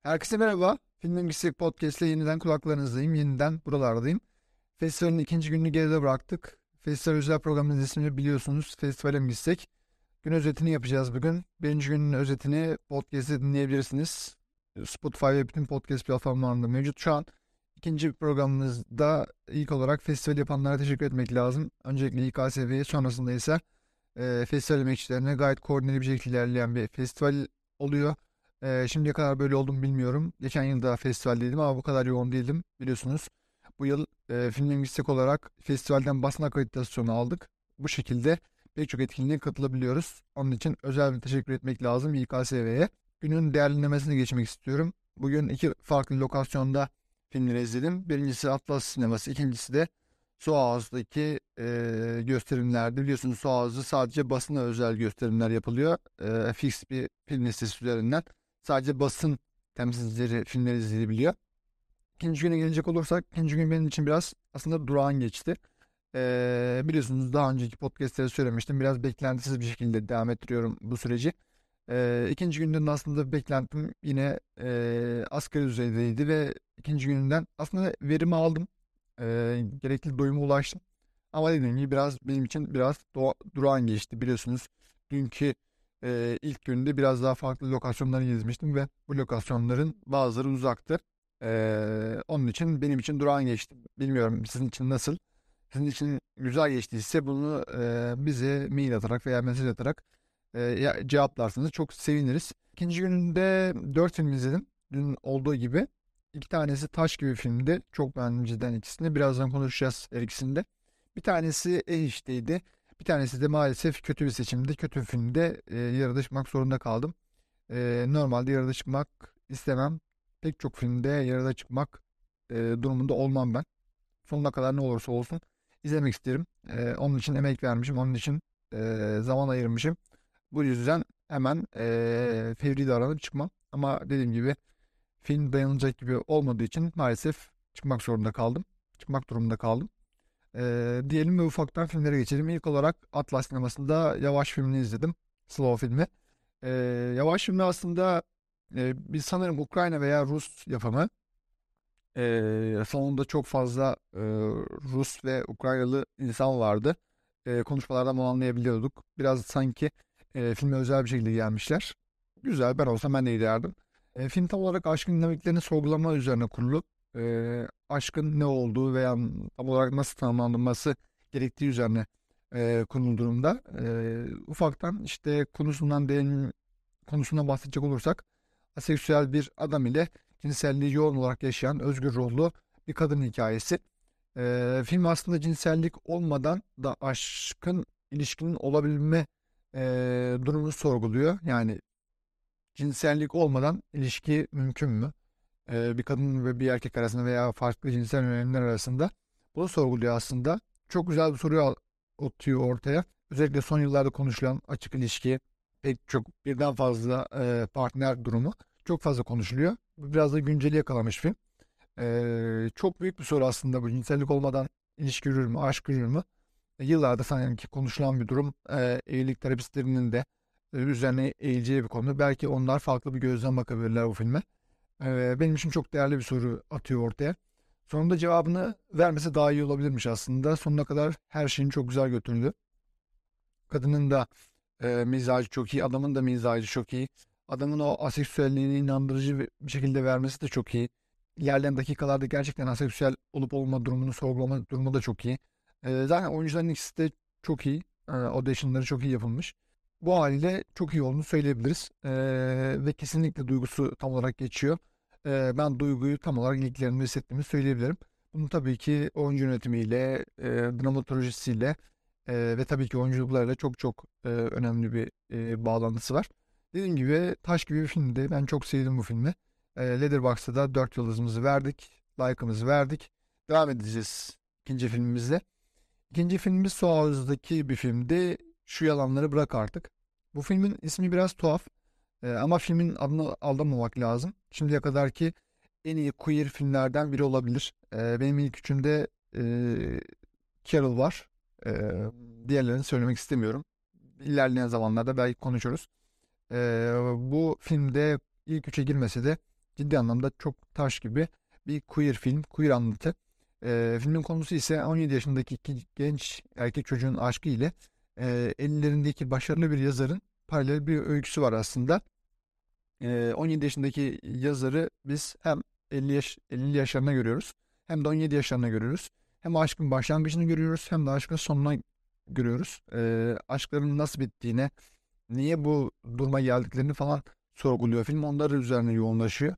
Herkese merhaba. Film Gitsek Podcast ile yeniden kulaklarınızdayım. Yeniden buralardayım. Festivalin ikinci gününü geride bıraktık. Festival özel programının ismini biliyorsunuz. Festivale mi gitsek? Gün özetini yapacağız bugün. Birinci günün özetini podcast'te dinleyebilirsiniz. Spotify ve bütün podcast platformlarında mevcut şu an. İkinci programımızda ilk olarak festival yapanlara teşekkür etmek lazım. Öncelikle İKSV'ye, sonrasında ise festival emekçilerine gayet koordineli bir şekilde ilerleyen bir festival oluyor. Şimdiye kadar böyle oldum bilmiyorum. Geçen yıl da festivaldeydim ama bu kadar yoğun değildim biliyorsunuz. Bu yıl film yüksek olarak festivalden basın akreditasyonu aldık. Bu şekilde pek çok etkinliğe katılabiliyoruz. Onun için özel bir teşekkür etmek lazım İKSV'ye. Günün değerlendirmesine geçmek istiyorum. Bugün iki farklı lokasyonda filmleri izledim. Birincisi Atlas Sineması, ikincisi de Soğuz'daki gösterimlerde. Biliyorsunuz Soğuz'da sadece basına özel gösterimler yapılıyor. Fix bir film listesi üzerinden. Sadece basın temsilcileri filmleri izleyebiliyor. İkinci güne gelecek olursak, ikinci gün benim için biraz aslında durağan geçti. Biliyorsunuz daha önceki podcastlerde söylemiştim. Biraz beklentisiz bir şekilde devam ettiriyorum bu süreci. İkinci günden aslında beklentim yine asgari düzeydeydi ve ikinci gününden aslında verimi aldım. Gerekli doyuma ulaştım. Ama dediğim gibi biraz benim için biraz durağan geçti. Biliyorsunuz dünkü ilk günde biraz daha farklı lokasyonları gezmiştim ve bu lokasyonların bazıları uzaktı. Onun için benim için durağan geçti. Bilmiyorum sizin için nasıl? Sizin için güzel geçtiyse bunu bize mail atarak veya mesaj atarak cevaplarsanız çok seviniriz. İkinci gününde 4 film izledim. Dün olduğu gibi. İki tanesi taş gibi filmdi. Çok beğendim cidden ikisini. Birazdan konuşacağız her ikisinde. Bir tanesi işteydi. Bir tanesi de maalesef kötü bir seçimdi. Kötü bir filmde yarıda çıkmak zorunda kaldım. Normalde yarıda çıkmak istemem. Pek çok filmde yarıda çıkmak durumunda olmam ben. Sonuna kadar ne olursa olsun izlemek isterim. Onun için emek vermişim. Onun için zaman ayırmışım. Bu yüzden hemen fevri davranıp çıkmam. Ama dediğim gibi film dayanılacak gibi olmadığı için maalesef çıkmak zorunda kaldım. Çıkmak durumunda kaldım. Diyelim ve ufaktan filmlere geçelim. İlk olarak Atlas sinemasında Yavaş filmini izledim. Slow filmi. Ee, Yavaş filmi aslında bir sanırım Ukrayna veya Rus yapımı. Salonda çok fazla Rus ve Ukraynalı insan vardı. Konuşmalardan bunu anlayabiliyorduk. Biraz sanki filme özel bir şekilde gelmişler. Güzel, ben olsam ben de giderdim. Film tam olarak aşkın dinamiklerini sorgulama üzerine kurulu. Aşkın ne olduğu veya tam olarak nasıl tanımlanması gerektiği üzerine kurulu durumda. Ufaktan işte konusundan bahsedecek olursak aseksüel bir adam ile cinselliği yoğun olarak yaşayan özgür ruhlu bir kadın hikayesi. Film aslında cinsellik olmadan da aşkın ilişkinin olabilme durumunu sorguluyor. Yani cinsellik olmadan ilişki mümkün mü? Bir kadın ve bir erkek arasında veya farklı cinsel yönelimler arasında bunu sorguluyor aslında. Çok güzel bir soruyu atıyor ortaya. Özellikle son yıllarda konuşulan açık ilişki, pek çok birden fazla partner durumu çok fazla konuşuluyor. Biraz da günceli yakalamış film. Çok büyük bir soru aslında bu. Cinsellik olmadan ilişki yürür mü, aşk yürür mü? Yıllarda sanki konuşulan bir durum. Evlilik terapistlerinin de üzerine eğileceği bir konu. Belki onlar farklı bir gözden bakabilirler bu filme. Benim için çok değerli bir soru atıyor ortaya. Sonunda cevabını vermese daha iyi olabilirmiş aslında. Sonuna kadar her şeyini çok güzel götürdü. Kadının da mizacı çok iyi, adamın da mizacı çok iyi. Adamın o aseksüelliğini inandırıcı bir şekilde vermesi de çok iyi. İlerleyen dakikalarda gerçekten aseksüel olup olma durumunu sorgulama durumu da çok iyi. Zaten oyuncuların ikisi de çok iyi. Auditionları çok iyi yapılmış. Bu haliyle çok iyi olduğunu söyleyebiliriz. Ve kesinlikle duygusu tam olarak geçiyor. Ben duyguyu tam olarak ilklerimde hissettiğimi söyleyebilirim. Bunun tabii ki oyuncu yönetimiyle, dramaturjisiyle ve tabii ki oyunculuklarla çok çok önemli bir bağlantısı var. Dediğim gibi taş gibi bir filmdi. Ben çok sevdim bu filmi. Letterboxd'da da 4 yıldızımızı verdik. Like'ımızı verdik. Devam edeceğiz ikinci filmimizle. İkinci filmimiz Soğuz'daki bir filmdi. Şu yalanları bırak artık. Bu filmin ismi biraz tuhaf. Ama filmin adını aldamamak lazım. Şimdiye kadarki en iyi queer filmlerden biri olabilir. Benim ilk üçümde Carol var. Diğerlerini söylemek istemiyorum. İlerleyen zamanlarda belki konuşuruz. Bu filmde ilk üçe girmese de ciddi anlamda çok taş gibi bir queer film, queer anlatı. Filmin konusu ise 17 yaşındaki iki genç erkek çocuğun aşkı ile 50'lerindeki başarılı bir yazarın paralel bir öyküsü var aslında. 17 yaşındaki yazarı biz hem 50 yaşlarına görüyoruz hem de 17 yaşlarına görüyoruz. Hem aşkın başlangıcını görüyoruz hem de aşkın sonuna görüyoruz. Aşkların nasıl bittiğine, niye bu duruma geldiklerini falan sorguluyor film. Onlar üzerine yoğunlaşıyor.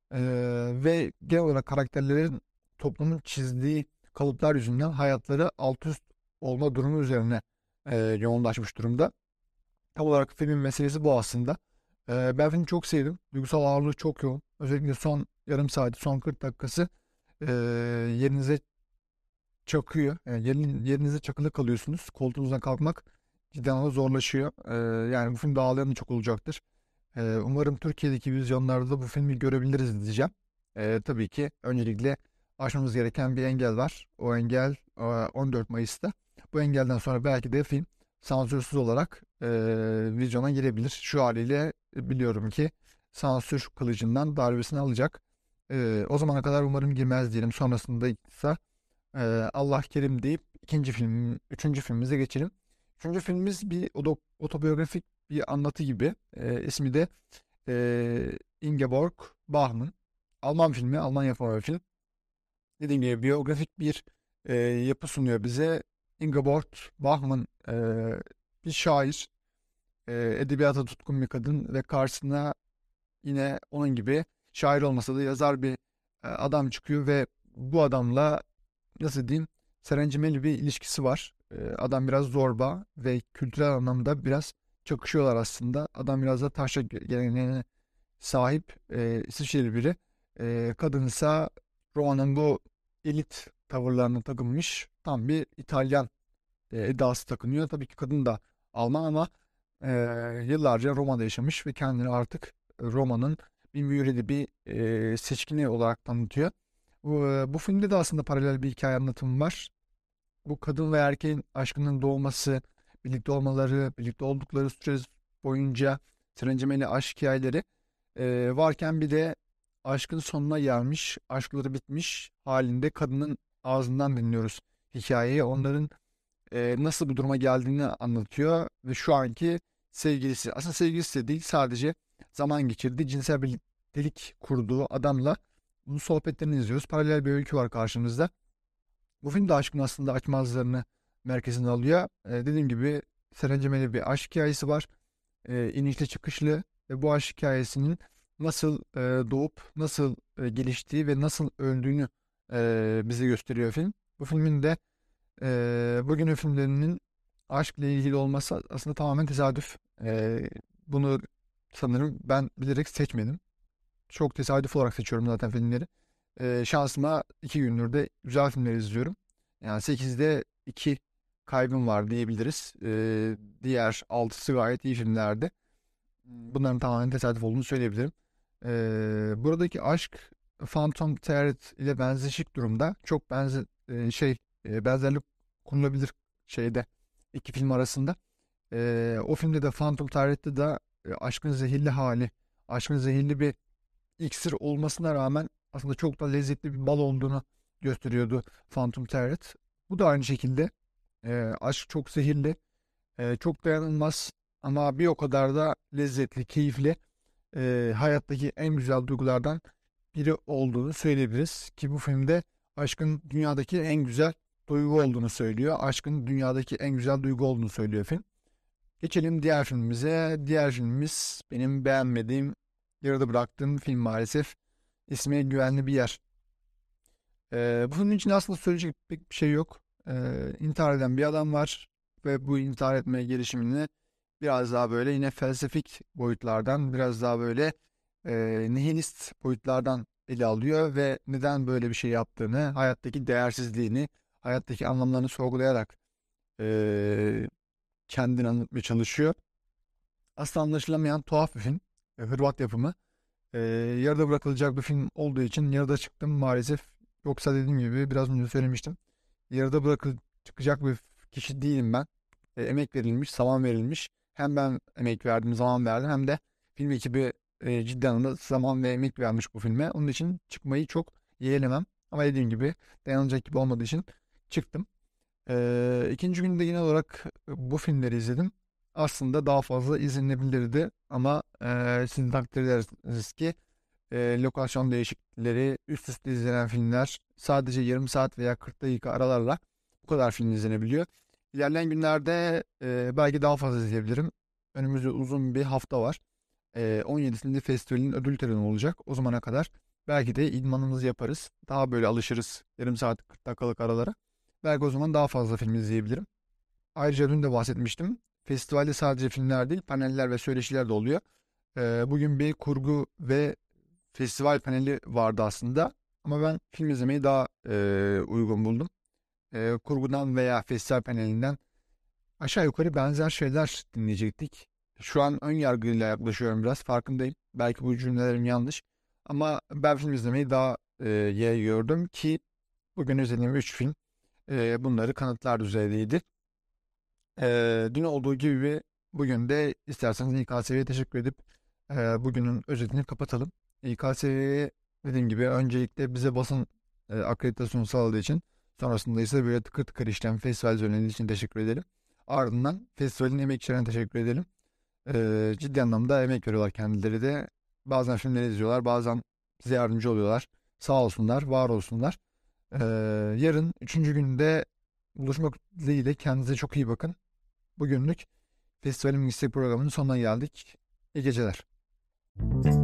Ve genel olarak karakterlerin toplumun çizdiği kalıplar yüzünden hayatları alt üst olma durumu üzerine yoğunlaşmış durumda. Tam olarak filmin meselesi bu aslında. Ben filmi çok sevdim. Duygusal ağırlığı çok yoğun. Özellikle son yarım saati, son 40 dakikası e, yerinize çakıyor. Yani yerinize çakılı kalıyorsunuz. Koltuğunuzdan kalkmak cidden anlamda zorlaşıyor. Yani bu film ağlayan da çok olacaktır. Umarım Türkiye'deki vizyonlarda da bu filmi görebiliriz diyeceğim. Tabii ki öncelikle aşmamız gereken bir engel var. O engel 14 Mayıs'ta. Bu engelden sonra belki de film sansürsüz olarak vizyona girebilir. Şu haliyle biliyorum ki sansür kılıcından darbesini alacak. O zamana kadar umarım girmez diyelim. Sonrasında ise Allah kerim deyip üçüncü filmimize geçelim. Üçüncü filmimiz bir otobiyografik bir anlatı gibi. İsmi de Ingeborg Bachmann. Alman filmi, Alman yapımı bir film. Dediğim gibi biyografik bir yapı sunuyor bize. Ingeborg Bachmann bir şair, edebiyata tutkun bir kadın ve karşısına yine onun gibi şair olmasa da yazar bir adam çıkıyor ve bu adamla nasıl diyeyim serencemeli bir ilişkisi var. Adam biraz zorba ve kültürel anlamda biraz çakışıyorlar aslında. Adam biraz da taşra geleneğine sahip İsviçreli biri. Kadın ise Roma'nın bu elit tavırlarına takılmış tam bir İtalyan edası takınıyor. Tabii ki kadın da Alman ama e, yıllarca Roma'da yaşamış ve kendini artık Roma'nın bir müridi, bir seçkini olarak tanıtıyor. Bu filmde de aslında paralel bir hikaye anlatımı var. Bu kadın ve erkeğin aşkının doğması, birlikte olmaları, birlikte oldukları süre boyunca trencemeli aşk hikayeleri varken bir de aşkın sonuna gelmiş, aşkları bitmiş halinde kadının ağzından dinliyoruz hikayeyi. Onların nasıl bu duruma geldiğini anlatıyor ve şu anki sevgilisi, aslında sevgilisi de değil sadece zaman geçirdiği, cinsel birliktelik kurduğu adamla bunun sohbetlerini izliyoruz. Paralel bir öykü var karşımızda. Bu film de aşkın aslında açmazlarını merkezine alıyor. Dediğim gibi serencemeli bir aşk hikayesi var. İnişli çıkışlı ve bu aşk hikayesinin nasıl doğup nasıl geliştiği ve nasıl öldüğünü bize gösteriyor film. Bu filmin de bugünün filmlerinin aşkla ilgili olması aslında tamamen tesadüf. Bunu sanırım ben bilerek seçmedim. Çok tesadüf olarak seçiyorum zaten filmleri. Şansıma 2 gündür de güzel filmler izliyorum. Yani 8'de 2 kaybım var diyebiliriz. Diğer 6'sı gayet iyi filmlerdi. Bunların tamamen tesadüf olduğunu söyleyebilirim. Buradaki aşk Phantom Thread ile benzeşik durumda. Çok benzerlik konulabilir şeyde iki film arasında. O filmde de Phantom Thread'de de aşkın zehirli hali, aşkın zehirli bir iksir olmasına rağmen aslında çok da lezzetli bir bal olduğunu gösteriyordu Phantom Thread. Bu da aynı şekilde aşk çok zehirli, çok dayanılmaz ama bir o kadar da lezzetli, keyifli, hayattaki en güzel duygulardan biri olduğunu söyleyebiliriz. Ki bu filmde aşkın dünyadaki en güzel duygu olduğunu söylüyor. Aşkın dünyadaki en güzel duygu olduğunu söylüyor film. Geçelim diğer filmimize. Diğer filmimiz benim beğenmediğim, yarıda bıraktığım film maalesef. İsmi Güvenli Bir Yer. Bu filmin için aslında söyleyecek pek bir şey yok. İntihar eden bir adam var ve bu intihar etme girişimini biraz daha böyle yine felsefik boyutlardan, biraz daha böyle nihilist boyutlardan ele alıyor ve neden böyle bir şey yaptığını, hayattaki değersizliğini, hayattaki anlamlarını sorgulayarak e, kendini anlatmaya çalışıyor. Aslında anlaşılamayan tuhaf bir film. Hırvat yapımı. Yarıda bırakılacak bir film olduğu için yarıda çıktım maalesef. Yoksa dediğim gibi biraz önce söylemiştim. Yarıda bırakılıp çıkacak bir kişi değilim ben. Emek verilmiş, zaman verilmiş. Hem ben emek verdim, zaman verdim hem de film ekibi ciddi anlamda zaman ve emek vermiş bu filme. Onun için çıkmayı çok yeğlemem. Ama dediğim gibi dayanılacak gibi olmadığı için çıktım. İkinci günde genel olarak bu filmleri izledim. Aslında daha fazla izlenebilirdi ama sizin takdir edersiniz ki lokasyon değişiklikleri, üst üste izlenen filmler sadece yarım saat veya 40 dakika aralarla bu kadar film izlenebiliyor. İlerleyen günlerde belki daha fazla izleyebilirim. Önümüzde uzun bir hafta var. 17'sinde festivalin ödül töreni olacak. O zamana kadar belki de idmanımızı yaparız. Daha böyle alışırız yarım saat 40 dakikalık aralara. Belki o zaman daha fazla film izleyebilirim. Ayrıca dün de bahsetmiştim. Festivalde sadece filmler değil, paneller ve söyleşiler de oluyor. Bugün bir kurgu ve festival paneli vardı aslında. Ama ben film izlemeyi daha uygun buldum. Kurgudan veya festival panelinden aşağı yukarı benzer şeyler dinleyecektik. Şu an ön yargıyla yaklaşıyorum biraz, farkındayım. Belki bu cümlelerim yanlış. Ama ben film izlemeyi daha gördüm ki bugün izlediğim 3 film bunları kanıtlar düzeydeydi. Dün olduğu gibi bugün de isterseniz İKSV'ye teşekkür edip bugünün özetini kapatalım. İKSV'ye dediğim gibi öncelikle bize basın akreditasyonu sağladığı için, sonrasında ise böyle tıkır tıkır işleyen festival düzenlediği için teşekkür edelim. Ardından festivalin emekçilerine teşekkür edelim. Ciddi anlamda emek veriyorlar kendileri de. Bazen filmleri izliyorlar, bazen bize yardımcı oluyorlar. Sağ olsunlar, var olsunlar. Ee, Yarın üçüncü günde buluşmak dileğiyle, kendinize çok iyi bakın. Bugünlük Festivalin Yüksek programının sonuna geldik. İyi geceler.